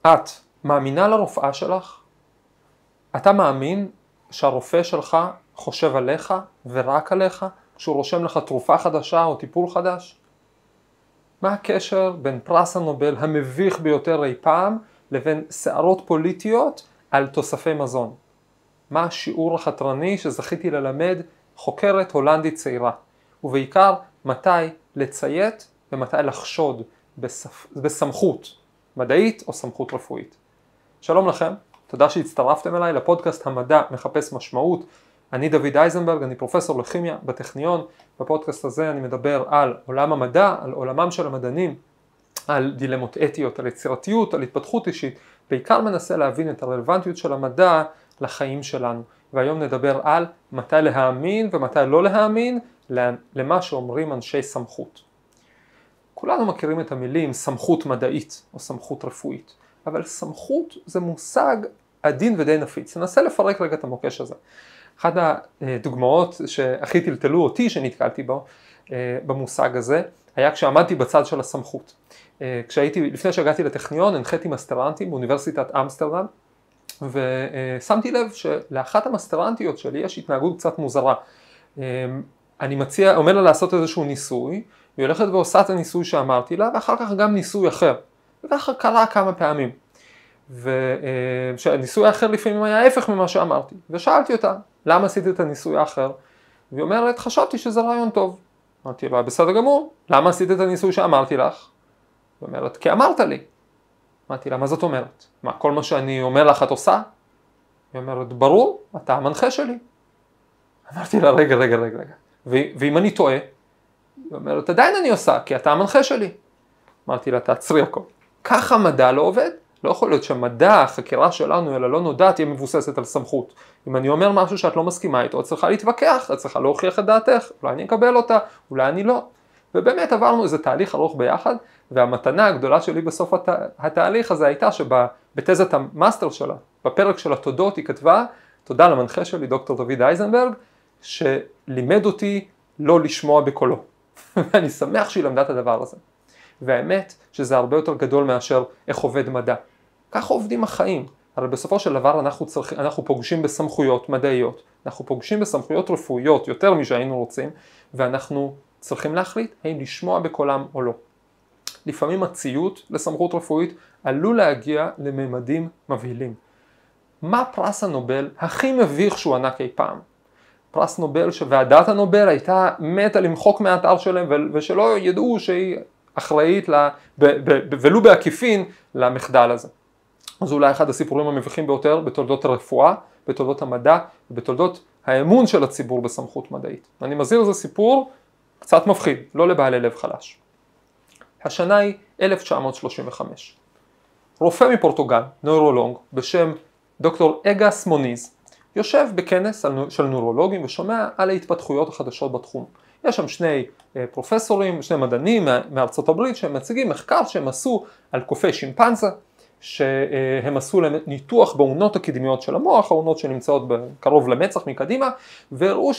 את מאמינה לרופאה שלך? אתה מאמין שהרופא שלך חושב עליך ורק עליך, כשהוא רושם לך תרופה חדשה או טיפול חדש? מה הקשר בין פרס הנובל המביך ביותר אי פעם לבין סערות פוליטיות על תוספי מזון? מה השיעור החתרני שזכיתי ללמד חוקרת הולנדית צעירה? ובעיקר מתי לציית ומתי לחשוד בסמכות מדעית או סמכות רפואית. שלום לכם, תודה שהצטרפתם אליי לפודקאסט המדע מחפש משמעות. אני דוד אייזנברג, אני פרופסור לכימיה בטכניון. בפודקאסט הזה אני מדבר על עולם המדע, על עולמם של המדענים, על דילמות אתיות, על יצירתיות, על התפתחות אישית. בעיקר מנסה להבין את הרלוונטיות של המדע לחיים שלנו. והיום נדבר על מתי להאמין ומתי לא להאמין למה שאומרים אנשי סמכות. כולנו מכירים את המילים סמכות מדעית או סמכות רפואית, אבל סמכות זה מושג עדין ודי נפיץ. ננסה לפרק רגע את המוקש הזה. אחת הדוגמאות שהכי טלטלו אותי שנתקלתי בו במושג הזה, היה כשעמדתי בצד של הסמכות. לפני שהגעתי לטכניון, הנחיתי מסטרנטים באוניברסיטת אמסטרדם, ושמתי לב שלאחת המסטרנטיות שלי יש התנהגות קצת מוזרה. אני אומר לה לעשות איזשהו ניסוי, היא הולכת ועושה את הניסוי שאמרתי לה, ואחר כך גם ניסוי אחר. וככה קרה כמה פעמים. והניסוי האחר לפעמים היה ההפך ממה שאמרתי. ושאלתי אותה, למה עשיתי את הניסוי האחר? והיא אומרת, חשבתי שזה רעיון טוב. אמרתי לה, בסדר גמור, למה עשית את הניסוי שאמרתי לך? היא אומרת, כי אמרת לי. אמרתי לה, מה זאת אומרת? מה, כל מה שאני אומר לך את עושה? היא אומרת, ברור, אתה המנחה שלי. אמרתי לה, רגע. ואם אני טועה? היא אומרת, עדיין אני עושה, כי אתה המנחה שלי. אמרתי לה, תעצרי הכל. ככה מדע לא עובד. לא יכול להיות שמדע, החקירה שלנו, אלא לא נודעת, תהיה מבוססת על סמכות. אם אני אומר משהו שאת לא מסכימה איתו, את צריכה להתווכח, את צריכה להוכיח את דעתך, אולי אני אקבל אותה, אולי אני לא. ובאמת עברנו איזה תהליך ארוך ביחד, והמתנה הגדולה שלי בסוף התהליך הזה הייתה שבתזת המאסטר שלה, בפרק של התודות, היא כתבה, תודה למנחה שלי, דוקטור דוד אייזנברג, שלימד אותי לא לשמוע בקולו. ואני שמח שהיא למדה את הדבר הזה. והאמת שזה הרבה יותר גדול מאשר איך עובד מדע. ככה עובדים החיים. אבל בסופו של דבר אנחנו פוגשים בסמכויות מדעיות, אנחנו פוגשים בסמכויות רפואיות יותר משהיינו רוצים, ואנחנו צריכים להחליט האם לשמוע בקולם או לא. לפעמים הציות לסמכות רפואית עלול להגיע לממדים מבהילים. מה פרס הנובל הכי מביך שהוא ענק אי פעם? פרס נובל שוועדת הנובל הייתה מתה למחוק מהאתר שלהם ושלא ידעו שהיא אחראית ולו בעקיפין למחדל הזה. אז אולי אחד הסיפורים המביכים ביותר בתולדות הרפואה, בתולדות המדע ובתולדות האמון של הציבור בסמכות מדעית. אני מזהיר, זה סיפור קצת מפחיד, לא לבעלי לב חלש. השנה היא 1935. רופא מפורטוגל, נוירולוג, בשם דוקטור אגאס מוניז, יושב בכנס של נוירולוגים ושומע על ההתפתחויות החדשות בתחום. יש שם שני פרופסורים, שני מדענים מארצות הברית שהם מציגים מחקר שהם עשו על קופי שימפנזה, שהם עשו להם ניתוח באונות הקדמיות של המוח, האונות שנמצאות קרוב למצח מקדימה, והראו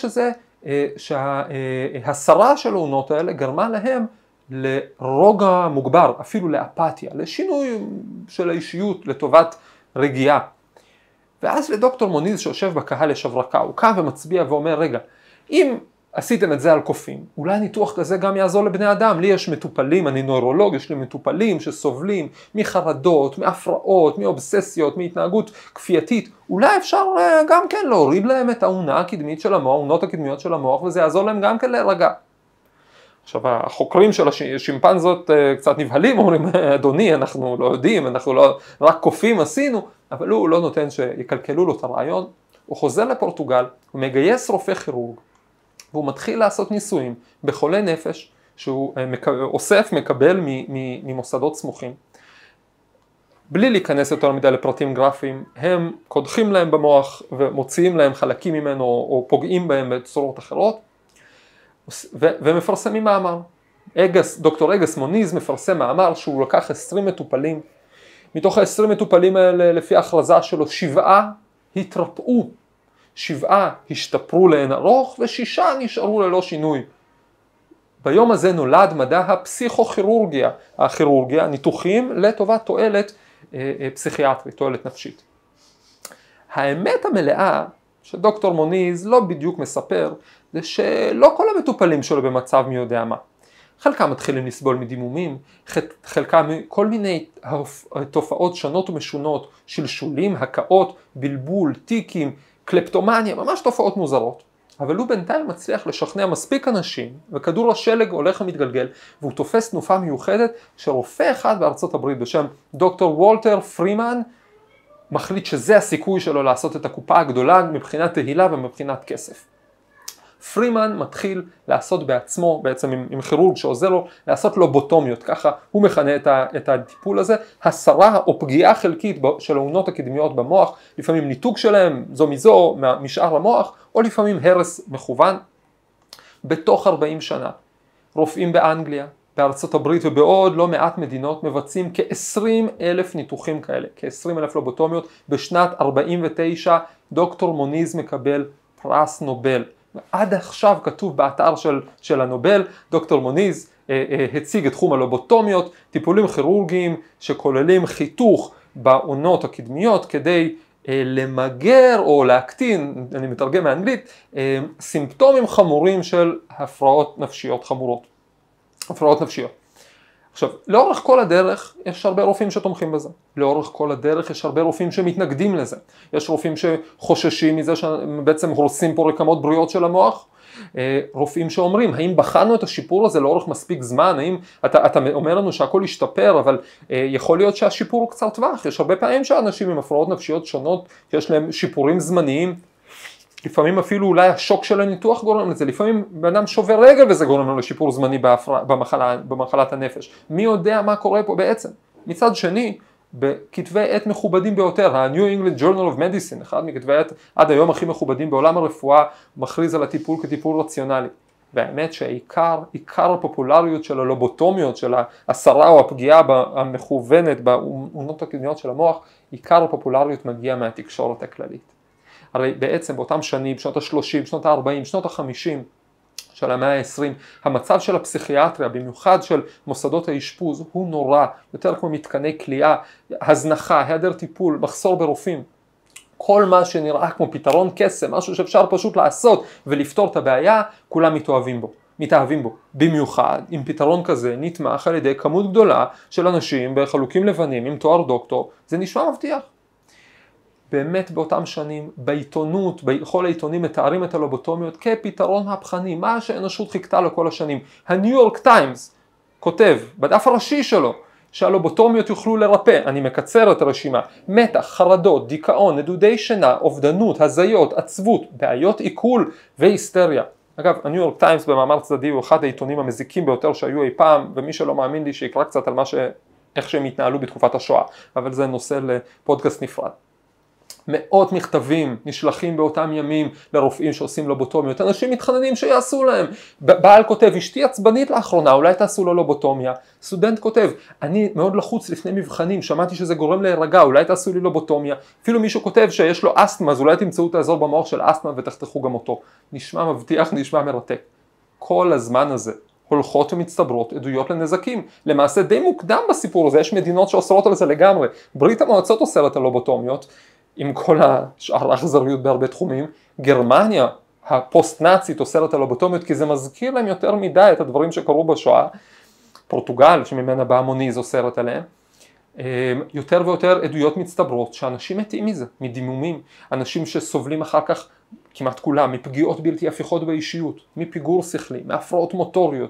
שהסרה של האונות האלה גרמה להם לרוגע מוגבר, אפילו לאפתיה, לשינוי של האישיות לטובת רגיעה. ואז לדוקטור מוניז שיושב בקהל יש הברקה, הוא קם ומצביע ואומר, רגע, אם עשיתם את זה על קופים, אולי ניתוח כזה גם יעזור לבני אדם. לי יש מטופלים, אני נוירולוג, יש לי מטופלים שסובלים מחרדות, מהפרעות, מאובססיות, מהתנהגות כפייתית. אולי אפשר גם כן להוריד להם את האונה הקדמית של המוח, האונות הקדמיות של המוח, וזה יעזור להם גם כן להירגע. עכשיו החוקרים של השימפנזות קצת נבהלים, אומרים, אדוני, אנחנו לא יודעים, אנחנו לא רק קופים עשינו, אבל הוא לא נותן שיקלקלו לו את הרעיון. הוא חוזר לפורטוגל, הוא מגייס רופא כירורג, והוא מתחיל לעשות ניסויים בחולי נפש שהוא אוסף, מקבל ממוסדות סמוכים. בלי להיכנס יותר מדי לפרטים גרפיים, הם קודחים להם במוח ומוציאים להם חלקים ממנו או פוגעים בהם בצורות אחרות, ומפרסמים מאמר. דוקטור אגאס מוניז מפרסם מאמר שהוא לקח 20 מטופלים, מתוך ה-20 מטופלים האלה לפי ההכרזה שלו 7 התרפאו, 7 השתפרו לאין ארוך ו6 נשארו ללא שינוי. ביום הזה נולד מדע הפסיכוכירורגיה, הניתוחים לטובת תועלת פסיכיאטרית, תועלת נפשית. האמת המלאה שדוקטור מוניז לא בדיוק מספר, זה שלא כל המטופלים שלו במצב מי יודע מה. חלקם מתחילים לסבול מדימומים, חלקם כל מיני תופעות שונות ומשונות, שלשולים, הקאות, בלבול, טיקים, קלפטומניה, ממש תופעות מוזרות. אבל הוא בינתיים מצליח לשכנע מספיק אנשים, וכדור השלג הולך ומתגלגל, והוא תופס תנופה מיוחדת שרופא אחד בארצות הברית בשם דוקטור וולטר פרימן, מחליט שזה הסיכוי שלו לעשות את הקופה הגדולה מבחינת תהילה ומבחינת כסף. פרימן מתחיל לעשות בעצמו, בעצם עם כירורג שעוזר לו, לעשות לובוטומיות, ככה הוא מכנה את הטיפול הזה, הסרה או פגיעה חלקית של האונות הקדמיות במוח, לפעמים ניתוק שלהם זו מזו משאר המוח, או לפעמים הרס מכוון. בתוך 40 שנה, רופאים באנגליה, בארצות הברית ובעוד לא מעט מדינות מבצעים כ-20,000 ניתוחים כאלה, כ-20,000 לובוטומיות. בשנת 49 דוקטור מוניז מקבל פרס נובל. עד עכשיו כתוב באתר של הנובל, דוקטור מוניז הציג את תחום הלובוטומיות, טיפולים כירורגיים שכוללים חיתוך באונות הקדמיות כדי למגר או להקטין, אני מתרגם מאנגלית, סימפטומים חמורים של הפרעות נפשיות חמורות. הפרעות נפשיות. עכשיו, לאורך כל הדרך יש הרבה רופאים שתומכים בזה. לאורך כל הדרך יש הרבה רופאים שמתנגדים לזה. יש רופאים שחוששים מזה שבעצם הורסים פה רקמות בריאות של המוח. רופאים שאומרים, האם בחנו את השיפור הזה לאורך מספיק זמן? האם אתה אומר לנו שהכל ישתפר, אבל יכול להיות שהשיפור הוא קצר טווח. יש הרבה פעמים שאנשים עם הפרעות נפשיות שונות, יש להם שיפורים זמניים, לפעמים אולי השוק של הניתוח גורם לזה, לפעמים בן שובר רגל וזה גורם לו לשיפור זמני במחלת הנפש. מי יודע מה קורה פה בעצם? מצד שני, בכתבי עת מכובדים ביותר, ה-New England Journal of Medicine, אחד מכתבי עת עד היום הכי מכובדים בעולם הרפואה, מכריז על הטיפול כטיפול רציונלי. והאמת שעיקר הפופולריות של הלובוטומיות, של הסרה או הפגיעה המכוונת באונות הקדמיות של המוח, עיקר הפופולריות מגיע מהתקשורת הכללית. הרי בעצם באותם שנים, שנות ה-30, שנות ה-40, שנות ה-50 של המאה ה-20, המצב של הפסיכיאטריה, במיוחד של מוסדות האשפוז, הוא נורא, יותר כמו מתקני כליאה, הזנחה, היעדר טיפול, מחסור ברופאים. כל מה שנראה כמו פתרון קסם, משהו שאפשר פשוט לעשות ולפתור את הבעיה, כולם מתאהבים בו. במיוחד, אם פתרון כזה נתמך על ידי כמות גדולה של אנשים בחלוקים לבנים עם תואר דוקטור, זה נשמע מבטיח. באמת באותם שנים, בעיתונות, בכל העיתונים מתארים את הלובוטומיות כפתרון מהפכני, מה שהאנושות חיכתה לו כל השנים. הניו יורק טיימס כותב בדף הראשי שלו שהלובוטומיות יוכלו לרפא, אני מקצר את הרשימה, מתח, חרדות, דיכאון, נדודי שינה, אובדנות, הזיות, עצבות, בעיות עיכול והיסטריה. אגב, הניו יורק טיימס במאמר צדדי הוא אחד העיתונים המזיקים ביותר שהיו אי פעם, ומי שלא מאמין לי שיקרא קצת על איך שהם התנהלו בתקופת השואה, אבל זה נושא לפודקאסט נפרד. מאות מכתבים נשלחים באותם ימים לרופאים שעושים לובוטומיות, אנשים מתחננים שיעשו להם. בעל כותב, אשתי עצבנית לאחרונה, אולי תעשו לו לובוטומיה. סטודנט כותב, אני מאוד לחוץ לפני מבחנים, שמעתי שזה גורם להירגע, אולי תעשו לי לובוטומיה. אפילו מישהו כותב שיש לו אסתמה, אז אולי תמצאו את האזור במוח של אסתמה ותחתכו גם אותו. נשמע מבטיח, נשמע מרתק. כל הזמן הזה הולכות ומצטברות עדויות לנזקים. למעשה די מוקדם בסיפור הזה, יש מדינות שאוסרות על זה לגמרי. ברית המועצות אוסרת על לובוטומיות, עם כל השאר האכזריות בהרבה תחומים. גרמניה הפוסט-נאצית אוסרת על לובוטומיות כי זה מזכיר להם יותר מדי את הדברים שקרו בשואה. פורטוגל שממנה באה מוניז אוסרת עליהם. יותר ויותר עדויות מצטברות שאנשים מתים מזה, מדימומים, אנשים שסובלים אחר כך כמעט כולם מפגיעות בלתי הפיכות באישיות, מפיגור שכלי, מהפרעות מוטוריות,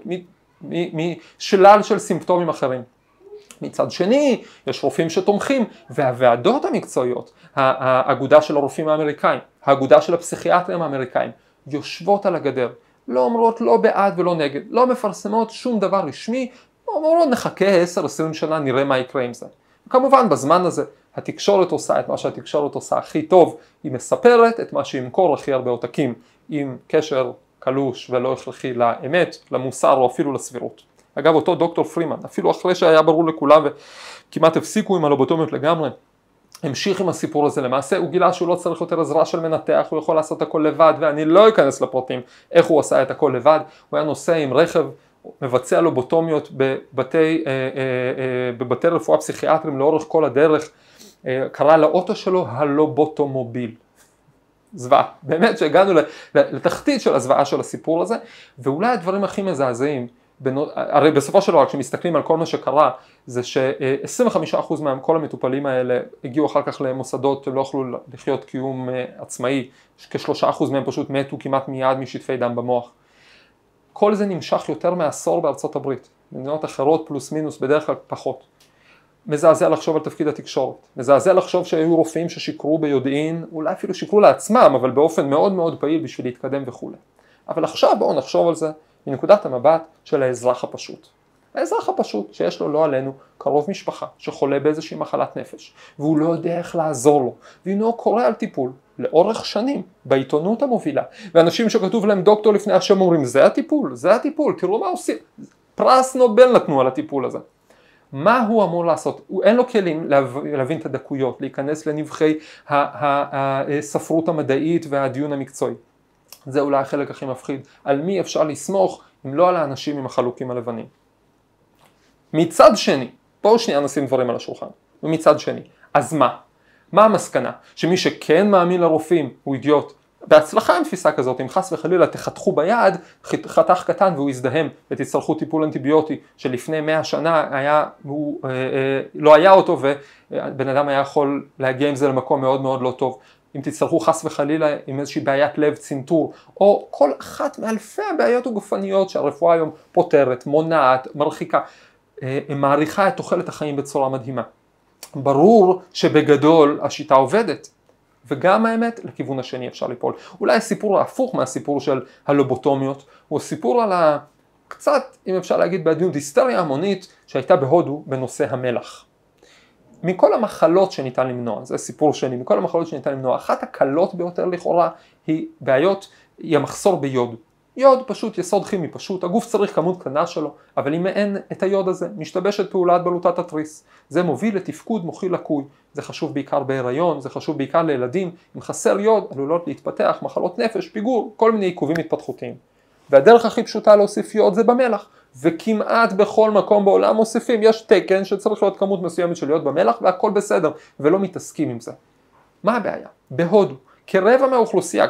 משלל של סימפטומים אחרים. מצד שני, יש רופאים שתומכים, והוועדות המקצועיות, האגודה של הרופאים האמריקאים, האגודה של הפסיכיאטרים האמריקאים, יושבות על הגדר, לא אומרות לא בעד ולא נגד, לא מפרסמות שום דבר רשמי, אומרות נחכה 10-20 שנה נראה מה יקרה עם זה. וכמובן בזמן הזה התקשורת עושה את מה שהתקשורת עושה הכי טוב, היא מספרת את מה שימכור הכי הרבה עותקים, עם קשר קלוש ולא הכרחי לאמת, למוסר או אפילו לסבירות. אגב, אותו דוקטור פרימן, אפילו אחרי שהיה ברור לכולם וכמעט הפסיקו עם הלובוטומיות לגמרי, המשיך עם הסיפור הזה. למעשה הוא גילה שהוא לא צריך יותר עזרה של מנתח, הוא יכול לעשות הכל לבד, ואני לא אכנס לפרטים איך הוא עשה את הכל לבד. הוא היה נוסע עם רכב מבצע לובוטומיות בבתי רפואה פסיכיאטרים לאורך כל הדרך, קרא לאוטו שלו הלובוטומוביל. זוועה, באמת שהגענו לתחתית של הזוועה של הסיפור הזה, ואולי הדברים הכי מזעזעים, הרי בסופו של דבר כשמסתכלים על כל מה שקרה, זה ש25% מכל המטופלים האלה הגיעו אחר כך למוסדות, הם לא יכלו לחיות קיום עצמאי, כ3% מהם פשוט מתו כמעט מיד משטפי דם במוח. כל זה נמשך יותר מעשור בארצות הברית, במדינות אחרות פלוס מינוס בדרך כלל פחות. מזעזע לחשוב על תפקיד התקשורת, מזעזע לחשוב שהיו רופאים ששיקרו ביודעין, אולי אפילו שיקרו לעצמם, אבל באופן מאוד מאוד פעיל בשביל להתקדם וכו'. אבל עכשיו בואו נחשוב על זה מנקודת המבט של האזרח הפשוט. האזרח הפשוט שיש לו לא עלינו קרוב משפחה שחולה באיזושהי מחלת נפש, והוא לא יודע איך לעזור לו, והנה הוא קורא על טיפול לאורך שנים בעיתונות המובילה, ואנשים שכתוב להם דוקטור לפני השם אומרים זה הטיפול, זה הטיפול, תראו מה עושים, פרס נובל נתנו על הטיפול הזה. מה הוא אמור לעשות? אין לו כלים להבין את הדקויות, להיכנס לנבחי הספרות המדעית והדיון המקצועי. זה אולי החלק הכי מפחיד. על מי אפשר לסמוך אם לא על האנשים עם החלוקים הלבנים. מצד שני, בואו שנייה נשים דברים על השולחן. ומצד שני, אז מה? מה המסקנה? שמי שכן מאמין לרופאים הוא אידיוט. בהצלחה עם תפיסה כזאת, אם חס וחלילה תחתכו ביד, חתך קטן והוא יזדהם ותצטרכו טיפול אנטיביוטי שלפני 100 שנה לא היה אותו ובן אדם היה יכול להגיע עם זה למקום מאוד מאוד לא טוב. אם תצטרכו חס וחלילה עם איזושהי בעיית לב, צנתור, או כל אחת מאלפי הבעיות הגופניות שהרפואה היום פותרת, מונעת, מרחיקה, מעריכה את תוחלת החיים בצורה מדהימה. ברור שבגדול השיטה עובדת. וגם האמת, לכיוון השני אפשר ליפול. אולי הסיפור ההפוך מהסיפור של הלובוטומיות, הוא סיפור על קצת, אם אפשר להגיד בעדינות, היסטריה המונית שהייתה בהודו בנושא המלח. מכל המחלות שניתן למנוע, זה סיפור שני, מכל המחלות שניתן למנוע, אחת הקלות ביותר לכאורה היא המחסור ביוד. יוד פשוט, יסוד כימי פשוט, הגוף צריך כמות קטנה שלו, אבל אם אין את היוד הזה, משתבשת פעולת בלוטת התריס. זה מוביל לתפקוד מוחי לקוי, זה חשוב בעיקר בהיריון, זה חשוב בעיקר לילדים, אם חסר יוד עלולות להתפתח מחלות נפש, פיגור, כל מיני עיכובים התפתחותיים. והדרך הכי פשוטה להוסיף יוד זה במלח, וכמעט בכל מקום בעולם מוסיפים, יש תקן שצריך להיות כמות מסוימת של יוד במלח והכל בסדר, ולא מתעסקים עם זה. מה הבעיה? בהודו, כרבע מהאוכלוסייה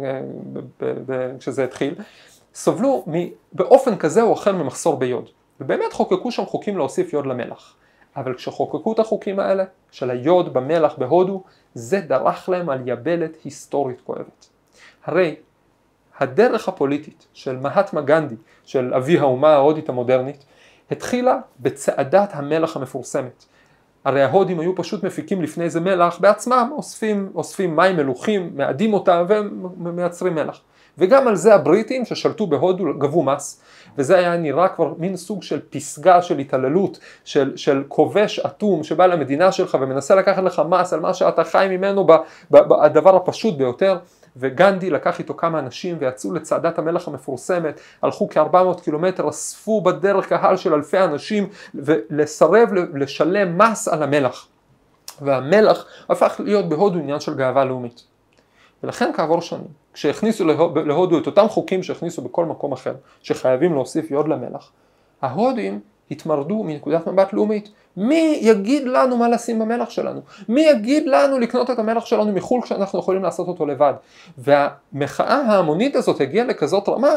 כשזה התחיל, סובלו באופן כזה או אחר ממחסור ביוד. ובאמת חוקקו שם חוקים להוסיף יוד למלח. אבל כשחוקקו את החוקים האלה של היוד במלח בהודו, זה דרך להם על יבלת היסטורית כואבת. הרי הדרך הפוליטית של מהטמה גנדי, של אבי האומה ההודית המודרנית, התחילה בצעדת המלח המפורסמת. הרי ההודים היו פשוט מפיקים לפני זה מלח בעצמם, אוספים מים מלוחים, מאדים אותם ומייצרים מלח. וגם על זה הבריטים ששלטו בהודו גבו מס, וזה היה נראה כבר מין סוג של פסגה של התעללות, של כובש אטום שבא למדינה שלך ומנסה לקחת לך מס על מה שאתה חי ממנו בדבר הפשוט ביותר. וגנדי לקח איתו כמה אנשים ויצאו לצעדת המלח המפורסמת, הלכו כ-400 קילומטר, אספו בדרך קהל של אלפי אנשים ולסרב לשלם מס על המלח. והמלח הפך להיות בהודו עניין של גאווה לאומית. ולכן כעבור שנים, כשהכניסו להודו את אותם חוקים שהכניסו בכל מקום אחר, שחייבים להוסיף יוד למלח, ההודים התמרדו מנקודת מבט לאומית. מי יגיד לנו מה לשים במלח שלנו? מי יגיד לנו לקנות את המלח שלנו מחול כשאנחנו יכולים לעשות אותו לבד? והמחאה ההמונית הזאת הגיעה לכזאת רמה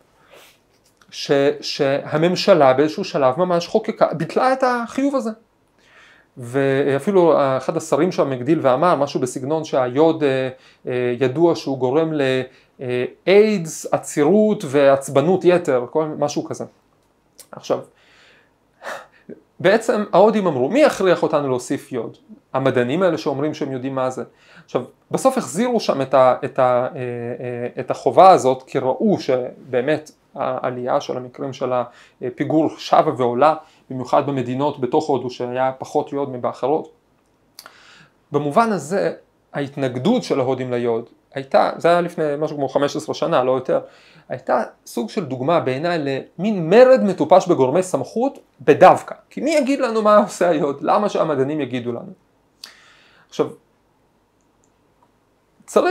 שהממשלה באיזשהו שלב ממש חוקקה, ביטלה את החיוב הזה. ואפילו אחד השרים שם הגדיל ואמר משהו בסגנון שהיוד ידוע שהוא גורם לאיידס, עצירות ועצבנות יתר, משהו כזה. עכשיו, בעצם ההודים אמרו, מי יכריח אותנו להוסיף יוד? המדענים האלה שאומרים שהם יודעים מה זה. עכשיו, בסוף החזירו שם את החובה הזאת, כי ראו שבאמת העלייה של המקרים של הפיגור שווה ועולה, במיוחד במדינות בתוך הודו שהיה פחות יוד מבאחרות. במובן הזה, ההתנגדות של ההודים ליוד הייתה, זה היה לפני משהו כמו 15 שנה, לא יותר, הייתה סוג של דוגמה בעיניי למין מרד מטופש בגורמי סמכות בדווקא. כי מי יגיד לנו מה עושה היוד? למה שהמדענים יגידו לנו? עכשיו, צריך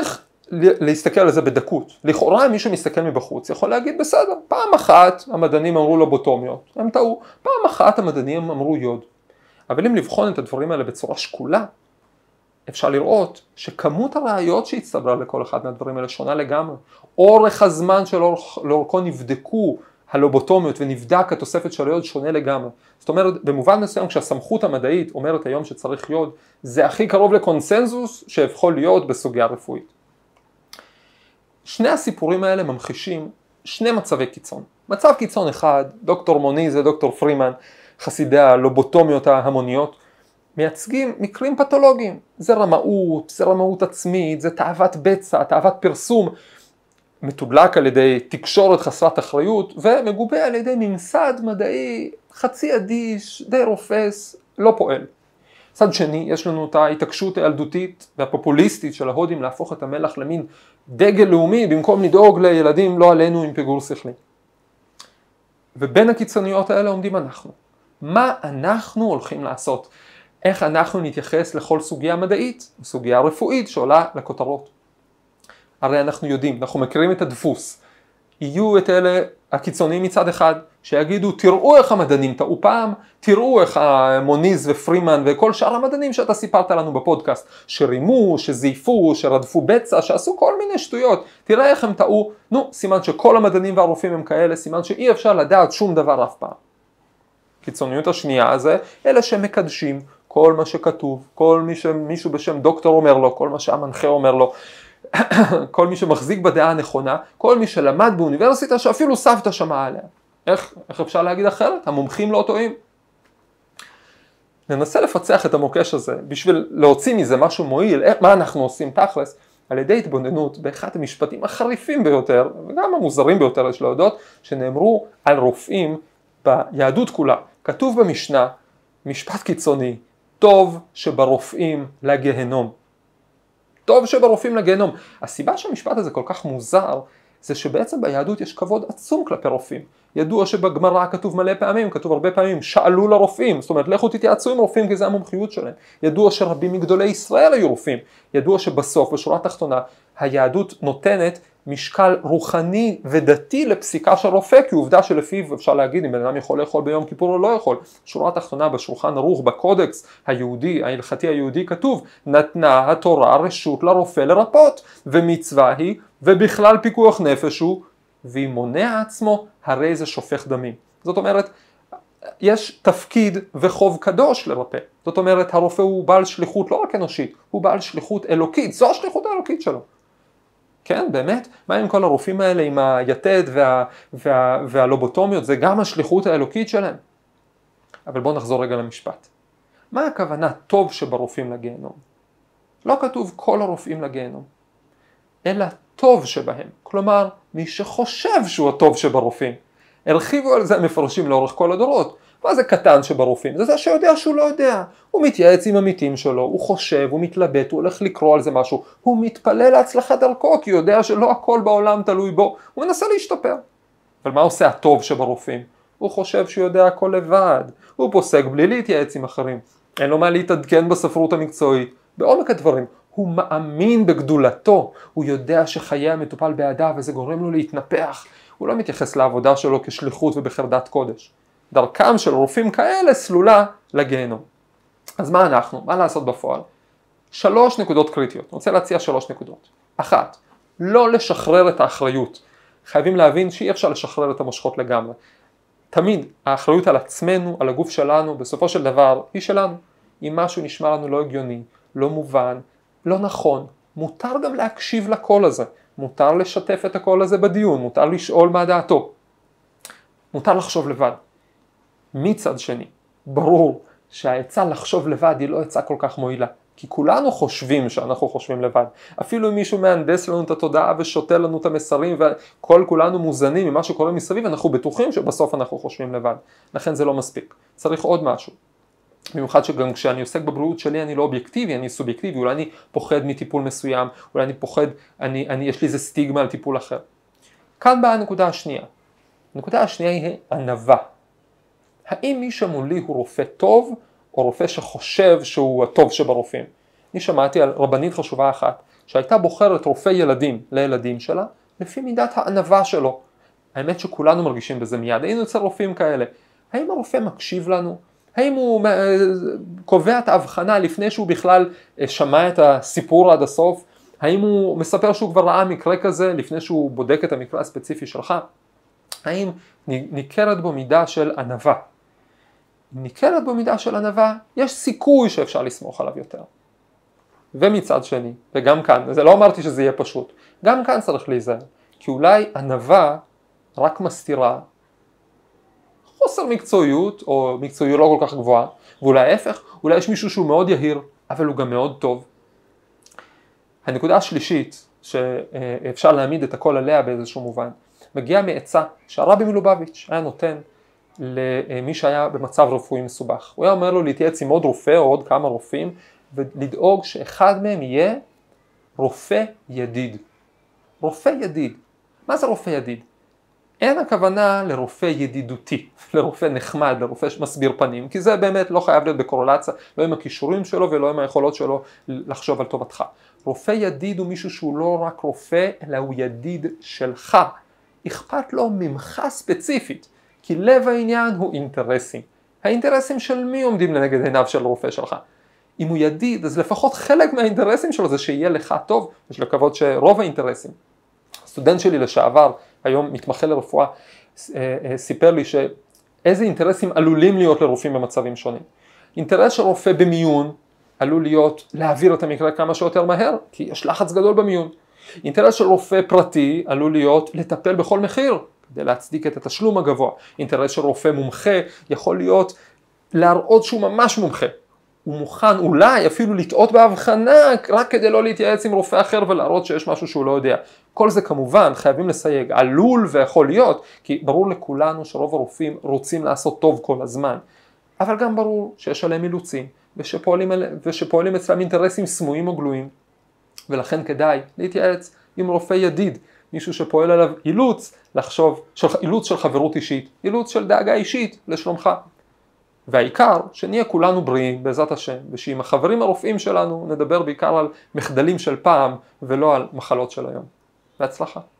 להסתכל על זה בדקות. לכאורה מי שמסתכל מבחוץ יכול להגיד בסדר, פעם אחת המדענים אמרו לובוטומיות, הם טעו, פעם אחת המדענים אמרו יוד. אבל אם לבחון את הדברים האלה בצורה שקולה, אפשר לראות שכמות הראיות שהצטברה לכל אחד מהדברים האלה שונה לגמרי. אורך הזמן שלאורכו נבדקו הלובוטומיות ונבדק התוספת של היוד שונה לגמרי. זאת אומרת, במובן מסוים כשהסמכות המדעית אומרת היום שצריך יוד, זה הכי קרוב לקונסנזוס שיכול להיות בסוגיה רפואית. שני הסיפורים האלה ממחישים שני מצבי קיצון. מצב קיצון אחד, דוקטור מוניז ודוקטור פרימן, חסידי הלובוטומיות ההמוניות, מייצגים מקרים פתולוגיים. זה רמאות עצמית, זה תאוות בצע, תאוות פרסום, מתודלק על ידי תקשורת חסרת אחריות, ומגובה על ידי ממסד מדעי חצי אדיש, די רופס, לא פועל. מצד שני, יש לנו את ההתעקשות הילדותית והפופוליסטית של ההודים להפוך את המלח למין דגל לאומי, במקום לדאוג לילדים לא עלינו עם פיגור שכלי. ובין הקיצוניות האלה עומדים אנחנו. מה אנחנו הולכים לעשות? איך אנחנו נתייחס לכל סוגיה מדעית, סוגיה רפואית שעולה לכותרות? הרי אנחנו יודעים, אנחנו מכירים את הדפוס. יהיו את אלה הקיצוניים מצד אחד, שיגידו תראו איך המדענים טעו פעם, תראו איך מוניז ופרימן וכל שאר המדענים שאתה סיפרת לנו בפודקאסט, שרימו, שזייפו, שרדפו בצע, שעשו כל מיני שטויות, תראה איך הם טעו, סימן שכל המדענים והרופאים הם כאלה, סימן שאי אפשר לדעת שום דבר אף פעם. קיצוניות השנייה זה אלה שמקדשים כל מה שכתוב, כל מישהו בשם דוקטור אומר לו, כל מה שהמנחה אומר לו, כל מי שמחזיק בדעה הנכונה, כל מי שלמד באוניברסיטה שאפילו סבתא שמעה עליה. איך אפשר להגיד אחרת? המומחים לא טועים. ננסה לפצח את המוקש הזה בשביל להוציא מזה משהו מועיל, מה אנחנו עושים תכלס, על ידי התבוננות באחד המשפטים החריפים ביותר, וגם המוזרים ביותר יש להודות, שנאמרו על רופאים ביהדות כולה. כתוב במשנה, משפט קיצוני, טוב שברופאים לגהנום. טוב שברופאים לגהנום. הסיבה שהמשפט הזה כל כך מוזר, זה שבעצם ביהדות יש כבוד עצום כלפי רופאים. ידוע שבגמרא כתוב מלא פעמים, כתוב הרבה פעמים, שאלו לרופאים, זאת אומרת, לכו תתייעצו עם רופאים כי זה המומחיות שלהם. ידוע שרבים מגדולי ישראל היו רופאים. ידוע שבסוף, בשורה התחתונה, היהדות נותנת משקל רוחני ודתי לפסיקה של רופא, כי עובדה שלפיו אפשר להגיד אם בן אדם יכול לאכול ביום כיפור או לא יכול. שורה התחתונה בשולחן ערוך, בקודקס היהודי, ההלכתי היהודי כתוב, נתנה התורה רשות לרופא לרפות, ומצווה היא, ובכלל פיקוח נפש הוא, ואם מונע עצמו, הרי זה שופך דמים. זאת אומרת, יש תפקיד וחוב קדוש לרפא. זאת אומרת, הרופא הוא בעל שליחות לא רק אנושית, הוא בעל שליחות אלוקית, זו השליחות האלוקית שלו. כן, באמת? מה עם כל הרופאים האלה עם היתד והלובוטומיות? זה גם השליחות האלוקית שלהם. אבל בואו נחזור רגע למשפט. מה הכוונה טוב שברופאים לגיהנום? לא כתוב כל הרופאים לגיהנום, אלא טוב שבהם. כלומר, מי שחושב שהוא הטוב שברופאים. הרחיבו על זה מפרשים לאורך כל הדורות. מה זה קטן שברופאים? זה זה שיודע שהוא לא יודע. הוא מתייעץ עם עמיתים שלו, הוא חושב, הוא מתלבט, הוא הולך לקרוא על זה משהו. הוא מתפלל להצלחת דרכו, כי הוא יודע שלא הכל בעולם תלוי בו. הוא מנסה להשתפר. אבל מה עושה הטוב שברופאים? הוא חושב שהוא יודע הכל לבד. הוא פוסק בלי להתייעץ עם אחרים. אין לו מה להתעדכן בספרות המקצועית. בעומק הדברים, הוא מאמין בגדולתו. הוא יודע שחיי המטופל בידיו וזה גורם לו להתנפח. הוא לא מתייחס לעבודה שלו כשליחות ובחרדת קודש. דרכם של רופאים כאלה סלולה לגיהנום. אז מה אנחנו? מה לעשות בפועל? 3 נקודות קריטיות. אני רוצה להציע 3 נקודות. 1. לא לשחרר את האחריות. חייבים להבין שאי אפשר לשחרר את המושכות לגמרי. תמיד האחריות על עצמנו, על הגוף שלנו, בסופו של דבר היא שלנו. אם משהו נשמע לנו לא הגיוני, לא מובן, לא נכון, מותר גם להקשיב לקול הזה. מותר לשתף את הקול הזה בדיון, מותר לשאול מה דעתו. מותר לחשוב לבד. מצד שני, ברור שהעצה לחשוב לבד היא לא עצה כל כך מועילה, כי כולנו חושבים שאנחנו חושבים לבד. אפילו אם מישהו מהנדס לנו את התודעה ושותה לנו את המסרים וכולנו מוזנים ממה שקורה מסביב, אנחנו בטוחים שבסוף אנחנו חושבים לבד. לכן זה לא מספיק. צריך עוד משהו. במיוחד שגם כשאני עוסק בבריאות שלי אני לא אובייקטיבי, אני סובייקטיבי, אולי אני פוחד מטיפול מסוים, אולי אני פוחד, יש לי איזה סטיגמה על טיפול אחר. כאן באה הנקודה השנייה. הנקודה השנייה היא ענווה. האם מי שמולי הוא רופא טוב, או רופא שחושב שהוא הטוב שברופאים? אני שמעתי על רבנית חשובה אחת, שהייתה בוחרת רופא ילדים לילדים שלה, לפי מידת הענווה שלו. האמת שכולנו מרגישים בזה מיד, היינו אצל רופאים כאלה. האם הרופא מקשיב לנו? האם הוא קובע את ההבחנה לפני שהוא בכלל שמע את הסיפור עד הסוף? האם הוא מספר שהוא כבר ראה מקרה כזה לפני שהוא בודק את המקרה הספציפי שלך? האם ניכרת בו מידה של ענווה? אם ניכרת בו מידה של ענווה, יש סיכוי שאפשר לסמוך עליו יותר. ומצד שני, וגם כאן, זה לא אמרתי שזה יהיה פשוט, גם כאן צריך להיזהר, כי אולי ענווה רק מסתירה חוסר מקצועיות, או מקצועיות לא כל כך גבוהה, ואולי ההפך, אולי יש מישהו שהוא מאוד יהיר, אבל הוא גם מאוד טוב. הנקודה השלישית, שאפשר להעמיד את הכל עליה באיזשהו מובן, מגיעה מעצה שהרבי מלובביץ' היה נותן למי שהיה במצב רפואי מסובך. הוא היה אומר לו להתייעץ עם עוד רופא או עוד כמה רופאים, ולדאוג שאחד מהם יהיה רופא ידיד. רופא ידיד. מה זה רופא ידיד? אין הכוונה לרופא ידידותי, לרופא נחמד, לרופא מסביר פנים, כי זה באמת לא חייב להיות בקורלציה, לא עם הכישורים שלו ולא עם היכולות שלו לחשוב על טובתך. רופא ידיד הוא מישהו שהוא לא רק רופא, אלא הוא ידיד שלך. אכפת לו ממך ספציפית, כי לב העניין הוא אינטרסים. האינטרסים של מי עומדים לנגד עיניו של רופא שלך? אם הוא ידיד, אז לפחות חלק מהאינטרסים שלו זה שיהיה לך טוב, יש לקוות שרוב האינטרסים. הסטודנט שלי לשעבר, היום מתמחה לרפואה, סיפר לי שאיזה אינטרסים עלולים להיות לרופאים במצבים שונים. אינטרס של רופא במיון עלול להיות להעביר את המקרה כמה שיותר מהר, כי יש לחץ גדול במיון. אינטרס של רופא פרטי עלול להיות לטפל בכל מחיר, כדי להצדיק את התשלום הגבוה. אינטרס של רופא מומחה יכול להיות להראות שהוא ממש מומחה. הוא מוכן אולי אפילו לטעות בהבחנה רק כדי לא להתייעץ עם רופא אחר ולהראות שיש משהו שהוא לא יודע. כל זה כמובן חייבים לסייג, עלול ויכול להיות, כי ברור לכולנו שרוב הרופאים רוצים לעשות טוב כל הזמן. אבל גם ברור שיש עליהם אילוצים ושפועלים אצלם אינטרסים סמויים או גלויים. ולכן כדאי להתייעץ עם רופא ידיד, מישהו שפועל עליו אילוץ של חברות אישית, אילוץ של דאגה אישית לשלומך. והעיקר שנהיה כולנו בריאים בעזרת השם, ושעם החברים הרופאים שלנו נדבר בעיקר על מחדלים של פעם ולא על מחלות של היום. בהצלחה.